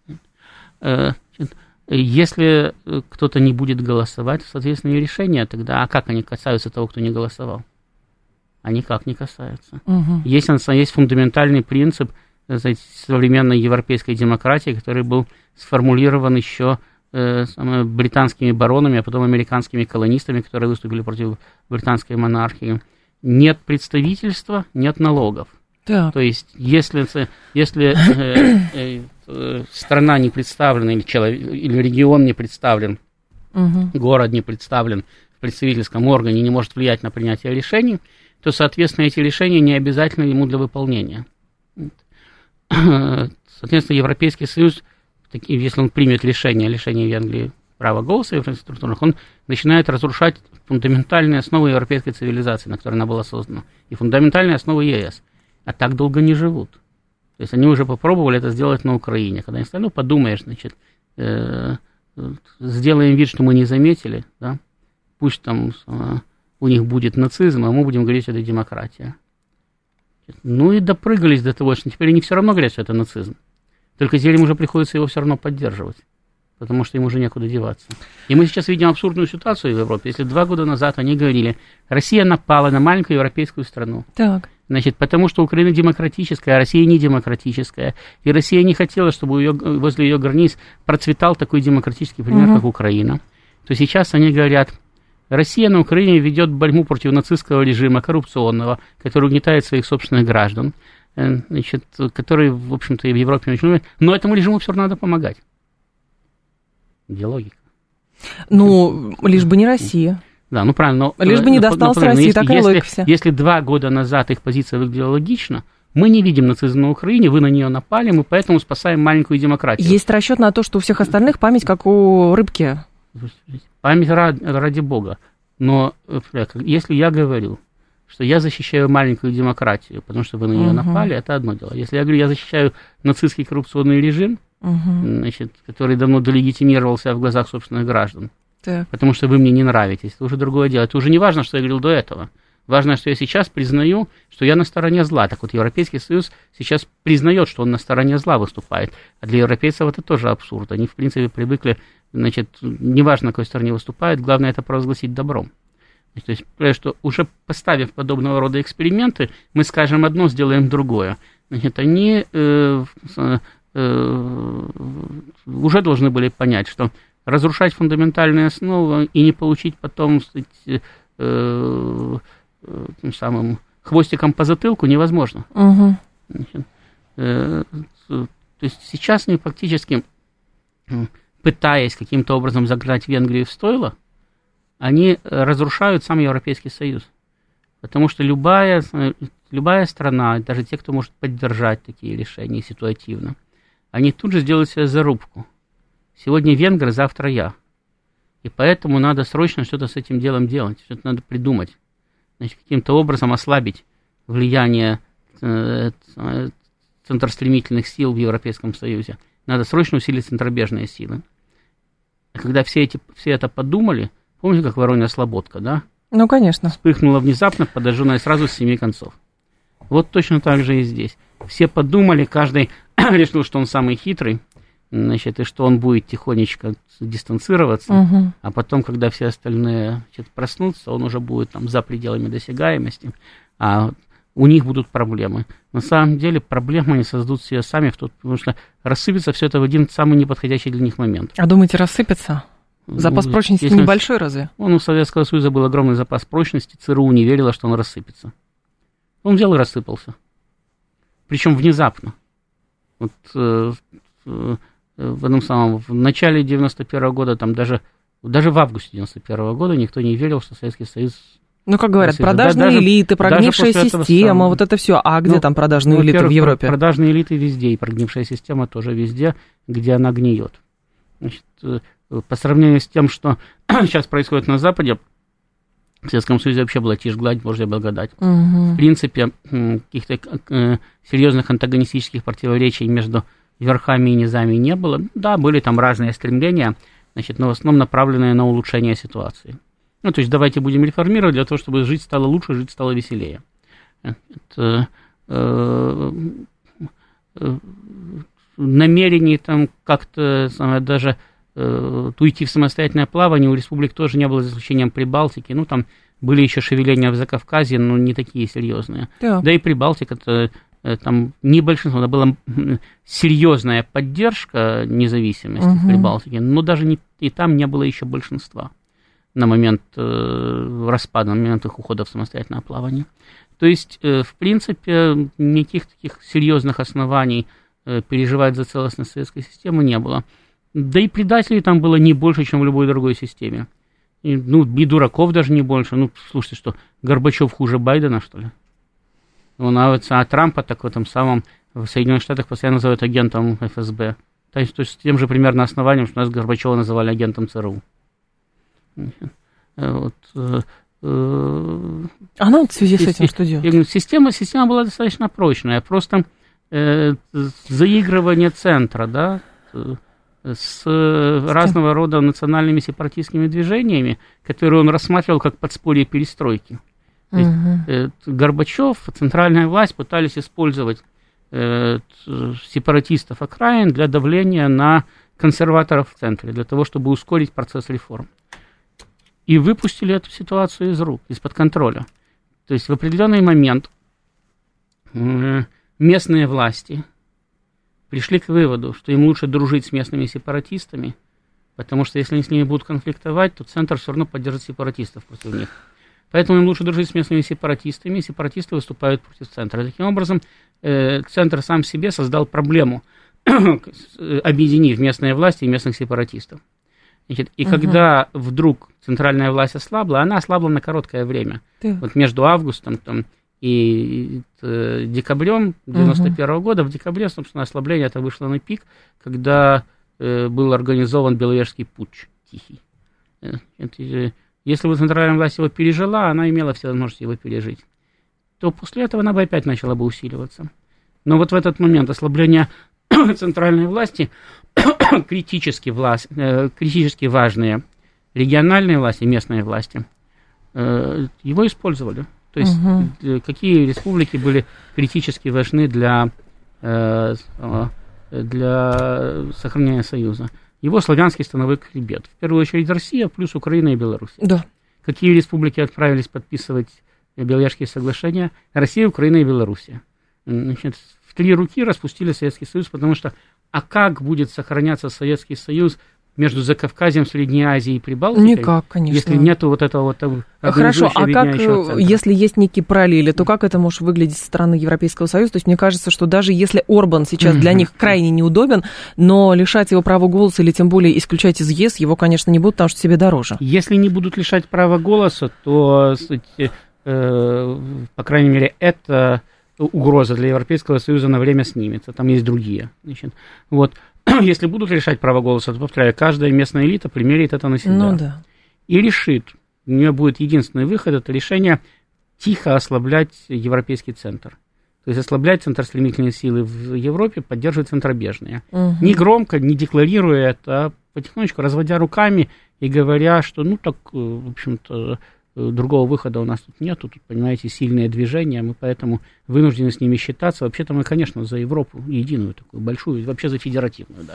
Если кто-то не будет голосовать, соответственно, и решения тогда, а как они касаются того, кто не голосовал? Они никак не касаются. Угу. Есть, есть фундаментальный принцип современной европейской демократии, который был сформулирован еще британскими баронами, а потом американскими колонистами, которые выступили против британской монархии. Нет представительства, нет налогов. Так. То есть, если, если э, э, э, страна не представлена, или, человек, или регион не представлен, угу. город не представлен в представительском органе и не может влиять на принятие решений, то, соответственно, эти решения не обязательны ему для выполнения. Соответственно, Европейский Союз, если он примет решение о лишении Венгрии права голоса инфраструктурных, он начинает разрушать фундаментальные основы европейской цивилизации, на которой она была создана, и фундаментальные основы ЕС. А так долго не живут. То есть они уже попробовали это сделать на Украине. Когда они сказали, ну, подумаешь, значит, э, сделаем вид, что мы не заметили, да, пусть там э, у них будет нацизм, а мы будем говорить, что это демократия. Ну и допрыгались до того, что теперь они все равно говорят, что это нацизм. Только теперь им уже приходится его все равно поддерживать, потому что им уже некуда деваться. И мы сейчас видим абсурдную ситуацию в Европе. Если два года назад они говорили, Россия напала на маленькую европейскую страну. Так. Значит, потому что Украина демократическая, а Россия не демократическая. И Россия не хотела, чтобы ее, возле ее границ процветал такой демократический пример, угу. как Украина. То сейчас они говорят, Россия на Украине ведет борьбу против нацистского режима, коррупционного, который угнетает своих собственных граждан, значит, который, в общем-то, и в Европе очень любят. Но этому режиму все равно надо помогать. Где логика? Ну, лишь бы не Россия. Да, ну правильно. Но, лишь бы не досталось России, если, такая если, логика вся. Если два года назад их позиция выглядела логично, мы не видим нацизм на Украине, вы на нее напали, мы поэтому спасаем маленькую демократию. Есть расчет на то, что у всех остальных память как у рыбки. Память ради, ради бога. Но если я говорю, что я защищаю маленькую демократию, потому что вы на нее uh-huh. напали, это одно дело. Если я говорю, я защищаю нацистский коррупционный режим, uh-huh. значит, который давно делегитимировался в глазах собственных граждан, так. потому что вы мне не нравитесь, это уже другое дело. Это уже не важно, что я говорил до этого. Важно, что я сейчас признаю, что я на стороне зла. Так вот, Европейский Союз сейчас признает, что он на стороне зла выступает. А для европейцев это тоже абсурд. Они, в принципе, привыкли, значит, неважно, на какой стороне выступают, главное это провозгласить добром. То есть, что уже поставив подобного рода эксперименты, мы скажем одно, сделаем другое. Значит, они э, э, уже должны были понять, что разрушать фундаментальные основы и не получить потом, сказать, э, э, тем самым хвостиком по затылку невозможно. Угу. Значит, э, то есть сейчас они фактически, пытаясь каким-то образом загнать Венгрию в стойло, они разрушают сам Европейский Союз. Потому что любая, любая страна, даже те, кто может поддержать такие решения ситуативно, они тут же сделают себе зарубку. Сегодня венгры, завтра я. И поэтому надо срочно что-то с этим делом делать, что-то надо придумать. Значит, каким-то образом ослабить влияние центростремительных сил в Европейском Союзе. Надо срочно усилить центробежные силы. А когда все, эти, все это подумали, помните, как Воронья Слободка, да? Ну, конечно. Вспыхнула внезапно, подожженная сразу с семи концов. Вот точно так же и здесь. Все подумали, каждый решил, что он самый хитрый, значит, и что он будет тихонечко дистанцироваться, угу. а потом, когда все остальные, значит, проснутся, он уже будет там за пределами досягаемости, а у них будут проблемы. На самом деле проблемы они создадут себе сами, в тот, потому что рассыпется все это в один самый неподходящий для них момент. А думаете, рассыпется? Запас прочности Если небольшой разве? Он у Советского Союза был огромный запас прочности, ЦРУ не верила, что он рассыпется. Он взял и рассыпался. Причем внезапно. Вот э, э, в этом самом, в начале девяносто первого года, там даже, даже в августе девяносто первого года никто не верил, что Советский Союз... Ну, как говорят, рассыпется. Продажные да, элиты, прогнившая система, этого, вот это все. А где ну, там продажные ну, элиты в Европе? Продажные элиты везде, и прогнившая система тоже везде, где она гниет. Значит, по сравнению с тем, что сейчас происходит на Западе, в Советском Союзе вообще была тишь, гладь, Божья благодать. Угу. В принципе, каких-то серьезных антагонистических противоречий между верхами и низами не было. Да, были там разные стремления, значит, но в основном направленные на улучшение ситуации. Ну, то есть давайте будем реформировать для того, чтобы жить стало лучше, жить стало веселее. Это, э, э, намерений там как-то даже э, уйти в самостоятельное плавание у республик тоже не было, за исключением Прибалтики. Ну, там были еще шевеления в Закавказье, но не такие серьезные. Да, да и Прибалтика-то э, там не большинство, это была серьезная поддержка независимости угу. в Прибалтике, но даже не, и там не было еще большинства на момент э, распада, на момент их ухода в самостоятельное плавание. То есть, э, в принципе, никаких таких серьезных оснований э, переживать за целостность советской системы не было. Да и предателей там было не больше, чем в любой другой системе. И, ну, и дураков даже не больше. Ну, слушайте, что, Горбачев хуже Байдена, что ли? Ну, а, а Трампа так в этом самом, в Соединенных Штатах постоянно называют агентом эф эс бэ. То есть, то есть с тем же примерно основанием, что нас Горбачева называли агентом ЦРУ. Вот. А нам в связи с этим что делать? Система, система была достаточно прочная, просто э, заигрывание центра, да, с разного рода национальными сепаратистскими движениями, которые он рассматривал как подспорье перестройки. То есть, э, Горбачев, центральная власть пытались использовать э, сепаратистов окраин для давления на консерваторов в центре, для того, чтобы ускорить процесс реформ. И выпустили эту ситуацию из рук, из-под контроля. То есть в определенный момент местные власти пришли к выводу, что им лучше дружить с местными сепаратистами, потому что если они с ними будут конфликтовать, то центр все равно поддержит сепаратистов против них. Поэтому им лучше дружить с местными сепаратистами, и сепаратисты выступают против центра. И таким образом, центр сам себе создал проблему, объединив местные власти и местных сепаратистов. Значит, и угу. когда вдруг центральная власть ослабла, она ослабла на короткое время. Да. Вот между августом там, и э, декабрем девяносто первого угу. года, в декабре, собственно, ослабление это вышло на пик, когда э, был организован Беловежский путч тихий. Это, если бы центральная власть его пережила, она имела все возможности его пережить, то после этого она бы опять начала бы усиливаться. Но вот в этот момент ослабления центральной власти критически, власть, э, критически важные региональные власти, местные власти, э, его использовали. То есть угу. какие республики были критически важны для, э, для сохранения Союза? Его славянский становой хребет. В первую очередь Россия, плюс Украина и Беларусь. Да. Какие республики отправились подписывать Беловежские соглашения? Россия, Украина и Белоруссия. Значит, в три руки распустили Советский Союз, потому что а как будет сохраняться Советский Союз между Закавказьем, Средней Азией и Прибалтикой? Никак, конечно. Если нету вот этого вот... Хорошо, а как, если есть некие параллели, то как это может выглядеть со стороны Европейского Союза? То есть мне кажется, что даже если Орбан сейчас для них крайне неудобен, но лишать его права голоса или тем более исключать из ЕС его, конечно, не будут, потому что себе дороже. Если не будут лишать права голоса, то, э, по крайней мере, это... угроза для Европейского Союза на время снимется, там есть другие. Значит, вот. Если будут решать право голоса, то, повторяю, каждая местная элита примерит это на себя. Ну, да. И решит, у нее будет единственный выход, это решение тихо ослаблять Европейский центр. То есть ослаблять центростремительные силы в Европе, поддерживать центробежные. Угу. Не громко, не декларируя это, а потихонечку разводя руками и говоря, что, ну, так, в общем-то, другого выхода у нас тут нету, тут, понимаете, сильные движения, мы поэтому вынуждены с ними считаться. Вообще-то мы, конечно, за Европу единую, такую большую, вообще за федеративную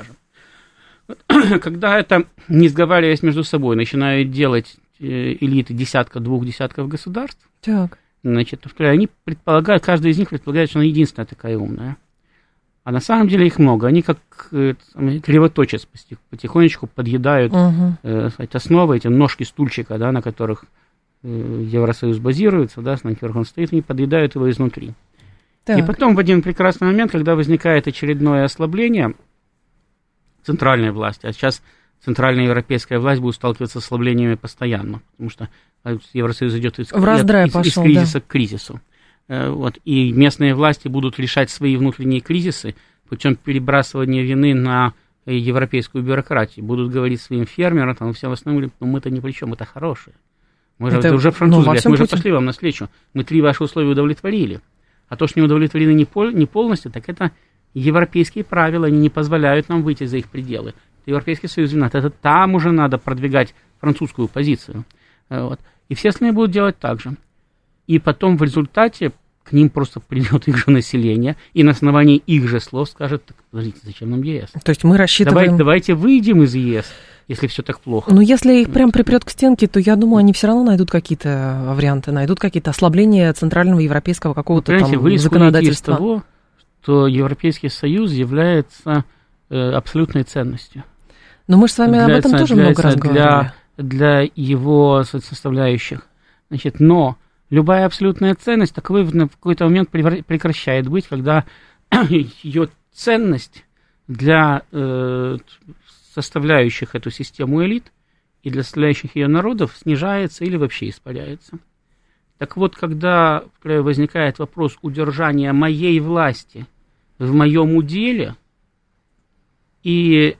даже. Когда это, не сговариваясь между собой, начинают делать элиты десятка, двух десятков государств, так. значит, они предполагают, каждый из них предполагает, что она единственная такая умная. А на самом деле их много. Они как кривоточец потихонечку подъедают угу. э, основы, эти ножки стульчика, да, на которых Евросоюз базируется, да, на которых он стоит, и подъедают его изнутри. Так. И потом в один прекрасный момент, когда возникает очередное ослабление центральной власти, а сейчас центральная европейская власть будет сталкиваться с ослаблениями постоянно, потому что Евросоюз идет из, в раздрай из, пошел, из кризиса да. к кризису. Вот, и местные власти будут решать свои внутренние кризисы путем перебрасывания вины на европейскую бюрократию. Будут говорить своим фермерам, там, всем остальным, ну мы-то ни при чем, это хорошие. Мы это, же, уже французы, ну, говорят, мы же пошли вам навстречу. Мы три ваши условия удовлетворили. А то, что не удовлетворены не, пол, не полностью, так это европейские правила, они не позволяют нам выйти за их пределы. Это Европейский Союз виноват. Это там уже надо продвигать французскую позицию. Вот. И все остальные будут делать так же. И потом в результате к ним просто придет их же население, и на основании их же слов скажет, так, подождите, зачем нам ЕС? То есть мы рассчитываем... Давайте, давайте выйдем из ЕС, если все так плохо. Ну, если их прям припрет к стенке, то я думаю, они все равно найдут какие-то варианты, найдут какие-то ослабления центрального европейского какого-то там вы законодательства. Из того, что Европейский Союз является э, абсолютной ценностью. Но мы же с вами об этом тоже много раз говорили. Для, для его составляющих. Значит, но любая абсолютная ценность таковой в какой-то момент прекращает быть, когда ее ценность для э, составляющих эту систему элит и для составляющих ее народов снижается или вообще испаряется. Так вот, когда возникает вопрос удержания моей власти в моем уделе, и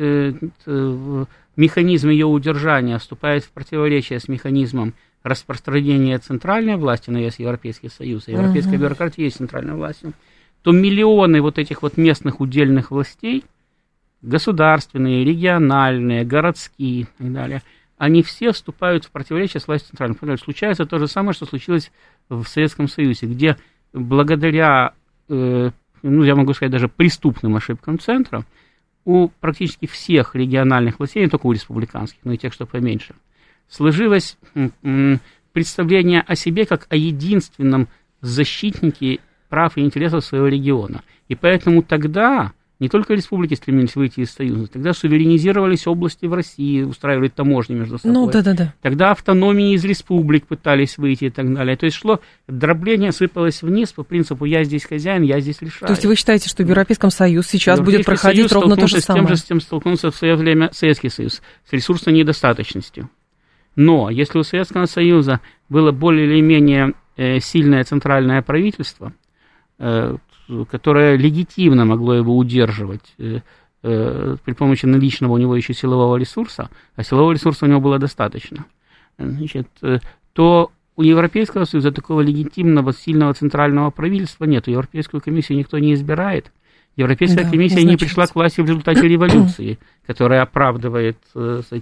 механизм ее удержания вступает в противоречие с механизмом распространения центральной власти, но есть Европейский Союз, а европейская uh-huh. бюрократия есть центральной властью, то миллионы вот этих вот местных удельных властей, государственные, региональные, городские и так далее, они все вступают в противоречие с властью центральной. Случается то же самое, что случилось в Советском Союзе, где благодаря, э, ну, я могу сказать, даже преступным ошибкам центра, у практически всех региональных властей, не только у республиканских, но и тех, что поменьше, сложилось м, представление о себе как о единственном защитнике прав и интересов своего региона. И поэтому тогда не только республики стремились выйти из Союза, тогда суверенизировались области в России, устраивали таможни между собой. Ну, да, да, да. Тогда автономии из республик пытались выйти и так далее. То есть шло, дробление сыпалось вниз по принципу «я здесь хозяин, я здесь решаю». То есть вы считаете, что в Европейском Союзе сейчас будет проходить Союз ровно то же самое? С тем же, с тем столкнулся в свое время Советский Союз, с ресурсной недостаточностью. Но если у Советского Союза было более или менее э, сильное центральное правительство, э, которое легитимно могло его удерживать э, э, при помощи наличного у него еще силового ресурса, а силового ресурса у него было достаточно, значит, э, то у Европейского Союза такого легитимного, сильного центрального правительства нет. Европейскую комиссию никто не избирает. Европейская да, комиссия не пришла к власти в результате революции, которая оправдывает э, сказать,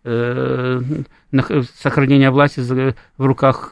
сохранение власти в руках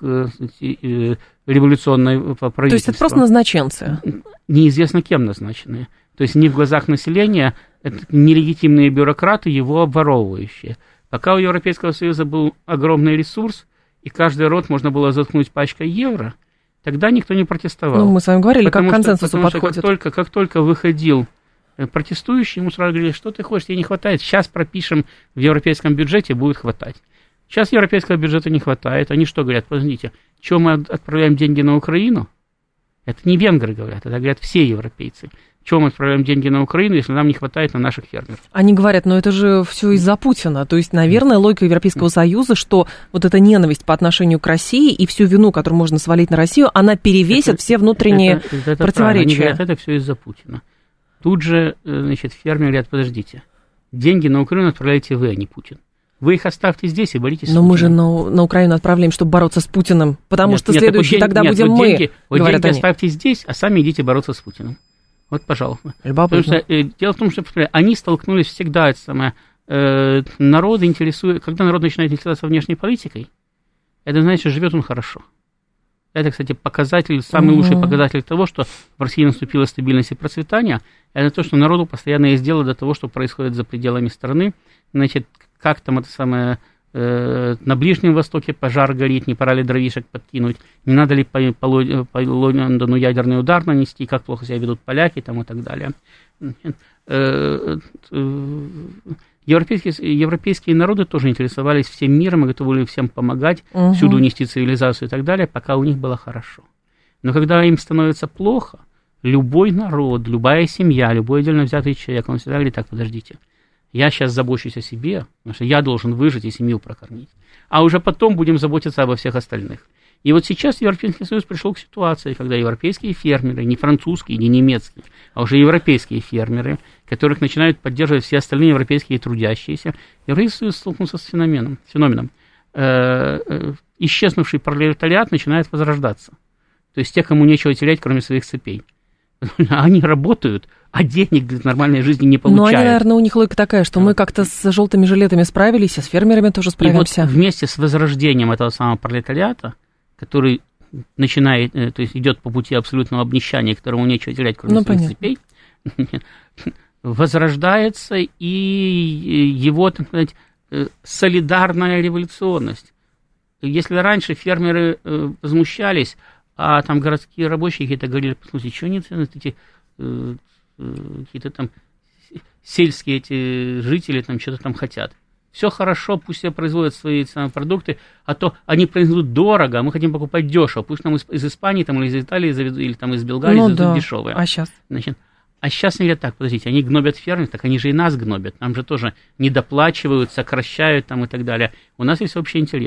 революционной правительства. То есть это просто назначенцы? Неизвестно кем назначенные. То есть не в глазах населения, это нелегитимные бюрократы, его обворовывающие. Пока у Европейского Союза был огромный ресурс, и каждый род можно было заткнуть пачкой евро, тогда никто не протестовал. Ну, мы с вами говорили, потому как к консенсусу что, потому подходит. Что как, только, как только выходил протестующие, ему сразу говорили, что ты хочешь, тебе не хватает, сейчас пропишем в европейском бюджете, будет хватать. Сейчас европейского бюджета не хватает, они что говорят, подождите, что мы отправляем деньги на Украину? Это не венгры говорят, это говорят все европейцы. Чего мы отправляем деньги на Украину, если нам не хватает на наших фермеров? Они говорят, но это же все из-за Путина. То есть, наверное, логика Европейского Союза, что вот эта ненависть по отношению к России и всю вину, которую можно свалить на Россию, она перевесит это, все внутренние это, это, это противоречия. Они говорят, это все из-за Путина. Тут же, значит, фермеры говорят, подождите, деньги на Украину отправляете вы, а не Путин. Вы их оставьте здесь и боритесь с Но Путиным. мы же на, на Украину отправляем, чтобы бороться с Путиным, потому нет, что нет, следующий вот тогда нет, будем вот мы, деньги, вот деньги они. Оставьте здесь, а сами идите бороться с Путиным. Вот, пожалуйста. Потому что, э, дело в том, что они столкнулись всегда, это самое, э, народ интересует, когда народ начинает интересоваться внешней политикой, это значит, живет он хорошо. Это, кстати, показатель, самый угу. лучший показатель того, что в России наступила стабильность и процветание, это то, что народу постоянно есть дело до того, что происходит за пределами страны. Значит, как там это самое, э, на Ближнем Востоке пожар горит, не пора ли дровишек подкинуть, не надо ли по, по, по Лондону ядерный удар нанести, как плохо себя ведут поляки там, и так далее. Э, э, Европейские, европейские народы тоже интересовались всем миром и готовы были всем помогать, угу. всюду нести цивилизацию и так далее, пока у них было хорошо. Но когда им становится плохо, любой народ, любая семья, любой отдельно взятый человек, он всегда говорит, так, подождите, я сейчас забочусь о себе, потому что я должен выжить и семью прокормить, а уже потом будем заботиться обо всех остальных. И вот сейчас Европейский Союз пришел к ситуации, когда европейские фермеры, не французские, не немецкие, а уже европейские фермеры, которых начинают поддерживать все остальные европейские трудящиеся, Европейский Союз столкнулся с феноменом. феноменом. Э, э, исчезнувший пролетариат начинает возрождаться. То есть те, кому нечего терять, кроме своих цепей. Они работают, а денег для нормальной жизни не получают. Ну, они, наверное, у них логика такая, что мы как-то с желтыми жилетами справились, а с фермерами тоже справимся. И вот вместе с возрождением этого самого пролетариата, который начинает, то есть идет по пути абсолютного обнищания, которому нечего терять, кроме ну, своих понятно. цепей, возрождается и его, так сказать, солидарная революционность. Если раньше фермеры возмущались, а там городские рабочие какие-то говорили, послушайте, что они эти какие-то там сельские эти жители там что-то там хотят. Все хорошо, пусть все производят свои продукты, а то они произведут дорого, а мы хотим покупать дешево. Пусть нам из, из Испании там, или из Италии заведут, или там, из Болгарии ну, заведут да. дешевые. А сейчас? Значит, а сейчас не говорят так, подождите, они гнобят фермеров, так они же и нас гнобят. Нам же тоже недоплачивают, сокращают там и так далее. У нас есть общий интерес.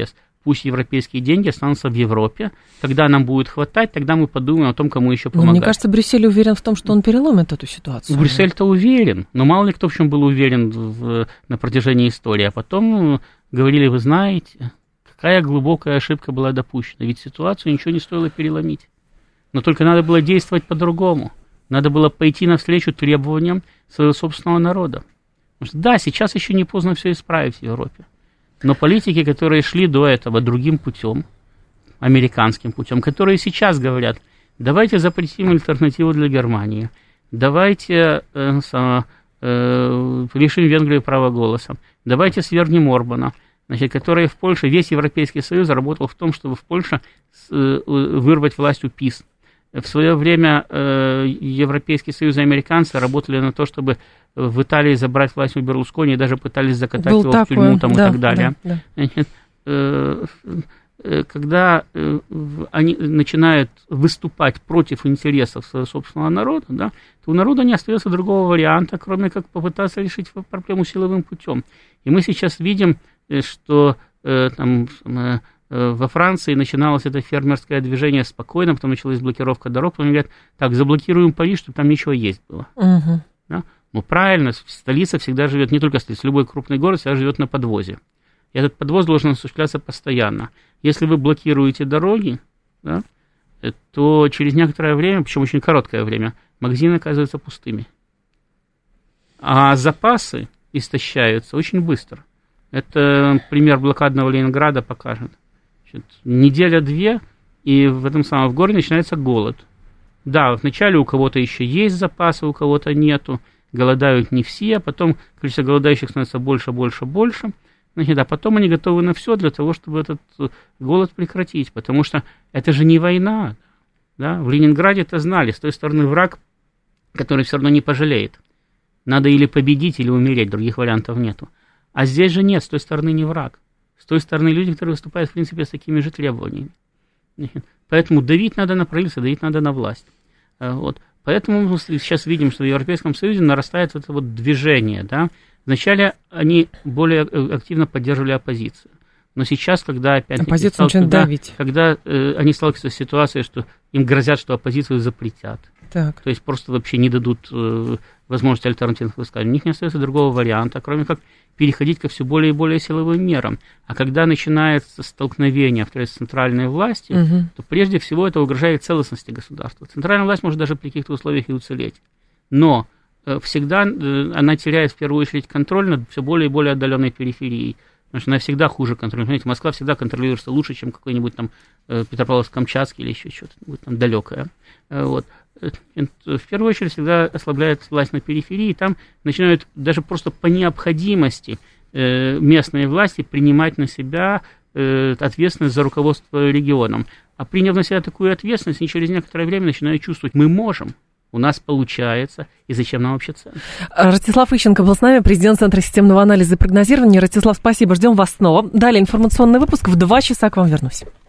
пусть европейские деньги останутся в Европе. Когда нам будет хватать, тогда мы подумаем о том, кому еще помогать. Но мне кажется, Брюссель уверен в том, что он переломит эту ситуацию. Брюссель-то уверен, но мало ли кто в чем был уверен в, на протяжении истории. А потом говорили, вы знаете, какая глубокая ошибка была допущена. Ведь ситуацию ничего не стоило переломить. Но только надо было действовать по-другому. Надо было пойти навстречу требованиям своего собственного народа. Потому что, да, сейчас еще не поздно все исправить в Европе. Но политики, которые шли до этого другим путем, американским путем, которые сейчас говорят, давайте запретим альтернативу для Германии, давайте э, э, лишим Венгрию права голоса, давайте свергнем Орбана, значит, которые в Польше, весь Европейский Союз работал в том, чтобы в Польше э, вырвать власть у ПиС. В свое время э, Европейский Союз и американцы работали на то, чтобы в Италии забрать власть у Берлускони, и даже пытались закатать Был его такой, в тюрьму там, да, и так далее. Да, да. Значит, э, э, когда э, они начинают выступать против интересов своего собственного народа, да, то у народа не остается другого варианта, кроме как попытаться решить проблему силовым путем. И мы сейчас видим, что э, там... Э, во Франции начиналось это фермерское движение спокойно, потом началась блокировка дорог, потом говорят, так, заблокируем Париж, чтобы там ничего есть было. Uh-huh. Да? Ну, правильно, столица всегда живет, не только столица, любой крупный город всегда живет на подвозе. И этот подвоз должен осуществляться постоянно. Если вы блокируете дороги, да, то через некоторое время, причем очень короткое время, магазины оказываются пустыми. А запасы истощаются очень быстро. Это пример блокадного Ленинграда покажет. Неделя-две, и в этом самом в городе начинается голод. Да, вначале у кого-то еще есть запасы, у кого-то нету, голодают не все, а потом количество голодающих становится больше, больше, больше. Значит, а потом они готовы на все для того, чтобы этот голод прекратить, потому что это же не война. Да? В Ленинграде это знали, с той стороны враг, который все равно не пожалеет. Надо или победить, или умереть, других вариантов нету. А здесь же нет, с той стороны не враг. С той стороны люди, которые выступают, в принципе, с такими же требованиями. Поэтому давить надо на правительство, давить надо на власть. Вот. Поэтому мы сейчас видим, что в Европейском Союзе нарастает это вот движение. Да? Вначале они более активно поддерживали оппозицию. Но сейчас, когда опять оппозицию начинают давить. Когда э, они сталкиваются с ситуацией, что им грозят, что оппозицию запретят. Так. То есть просто вообще не дадут э, возможности альтернативных высказываний. У них не остается другого варианта, кроме как переходить ко все более и более силовым мерам. А когда начинается столкновение с центральной властью, угу. то прежде всего это угрожает целостности государства. Центральная власть может даже при каких-то условиях и уцелеть. Но э, всегда э, она теряет в первую очередь контроль над все более и более отдаленной периферией. Потому что она всегда хуже контролирует. Понимаете, Москва всегда контролируется лучше, чем какой-нибудь там Петропавловск-Камчатский или еще что-то там далекое. Вот. В первую очередь всегда ослабляет власть на периферии, и там начинают даже просто по необходимости местные власти принимать на себя ответственность за руководство регионом. А приняв на себя такую ответственность, они через некоторое время начинают чувствовать, мы можем. У нас получается, и зачем нам вообще центр? Ростислав Ищенко был с нами, президент Центра системного анализа и прогнозирования. Ростислав, спасибо, ждем вас снова. Далее информационный выпуск, в два часа к вам вернусь.